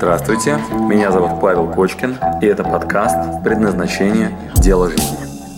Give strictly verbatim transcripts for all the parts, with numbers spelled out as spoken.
Здравствуйте, меня зовут Павел Кочкин, и это подкаст «Предназначение. Дело жизни».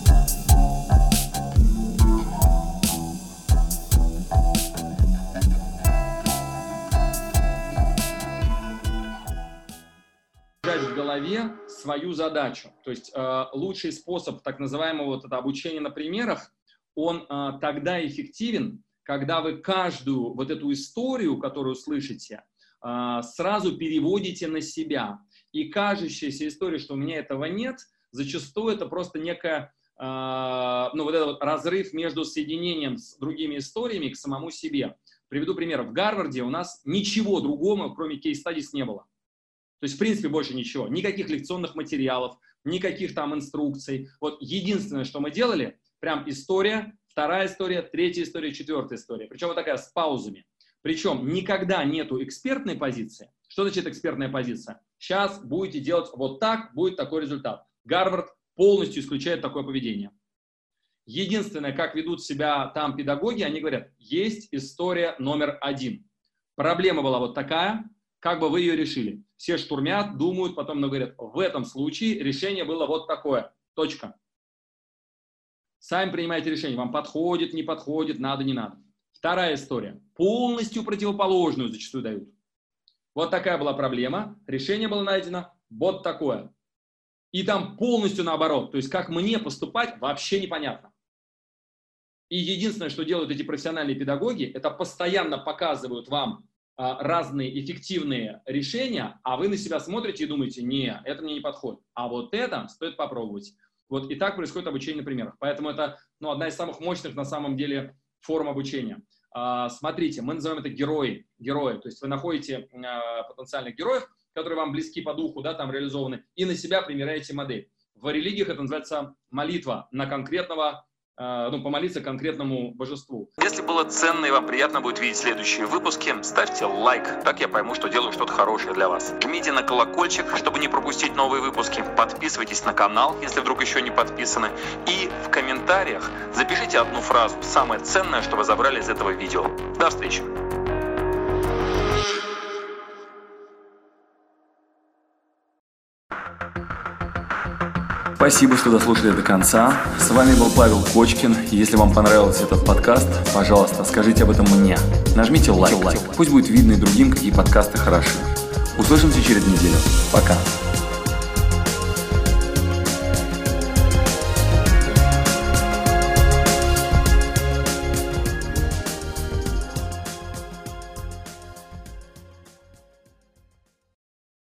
В голове свою задачу. То есть э, лучший способ так называемого вот это обучения на примерах, он э, тогда эффективен, когда вы каждую вот эту историю, которую слышите, э, сразу переводите на себя. И кажущаяся история, что у меня этого нет, зачастую это просто некая, э, ну вот этот вот разрыв между соединением с другими историями к самому себе. Приведу пример. В Гарварде у нас ничего другого, кроме кейс-стадис, не было. То есть, в принципе, больше ничего. Никаких лекционных материалов, никаких там инструкций. Вот единственное, что мы делали, прям история, вторая история, третья история, четвертая история. Причем вот такая с паузами. Причем никогда нету экспертной позиции. Что значит экспертная позиция? Сейчас будете делать вот так, будет такой результат. Гарвард полностью исключает такое поведение. Единственное, как ведут себя там педагоги, они говорят, есть история номер один. Проблема была вот такая. Как бы вы ее решили? Все штурмят, думают, потом говорят, в этом случае решение было вот такое. Точка. Сами принимаете решение. Вам подходит, не подходит, надо, не надо. Вторая история. Полностью противоположную зачастую дают. Вот такая была проблема. Решение было найдено вот такое. И там полностью наоборот. То есть, как мне поступать, вообще непонятно. И единственное, что делают эти профессиональные педагоги, это постоянно показывают вам разные эффективные решения, а вы на себя смотрите и думаете, не, это мне не подходит, а вот это стоит попробовать. Вот и так происходит обучение на примерах. Поэтому это ну, одна из самых мощных на самом деле форм обучения. А, смотрите, мы называем это герои, герои. То есть вы находите а, потенциальных героев, которые вам близки по духу, да, там реализованы, и на себя примеряете модель. В религиях это называется молитва на конкретного ну, помолиться конкретному божеству. Если было ценно и вам приятно будет видеть следующие выпуски, ставьте лайк, так я пойму, что делаю что-то хорошее для вас. Жмите на колокольчик, чтобы не пропустить новые выпуски. Подписывайтесь на канал, если вдруг еще не подписаны. И в комментариях запишите одну фразу, самое ценное, что вы забрали из этого видео. До встречи! Спасибо, что дослушали до конца. С вами был Павел Кочкин. Если вам понравился этот подкаст, пожалуйста, скажите об этом мне. Нажмите лайк. Пусть будет видно и другим, какие подкасты хороши. Услышимся через неделю. Пока.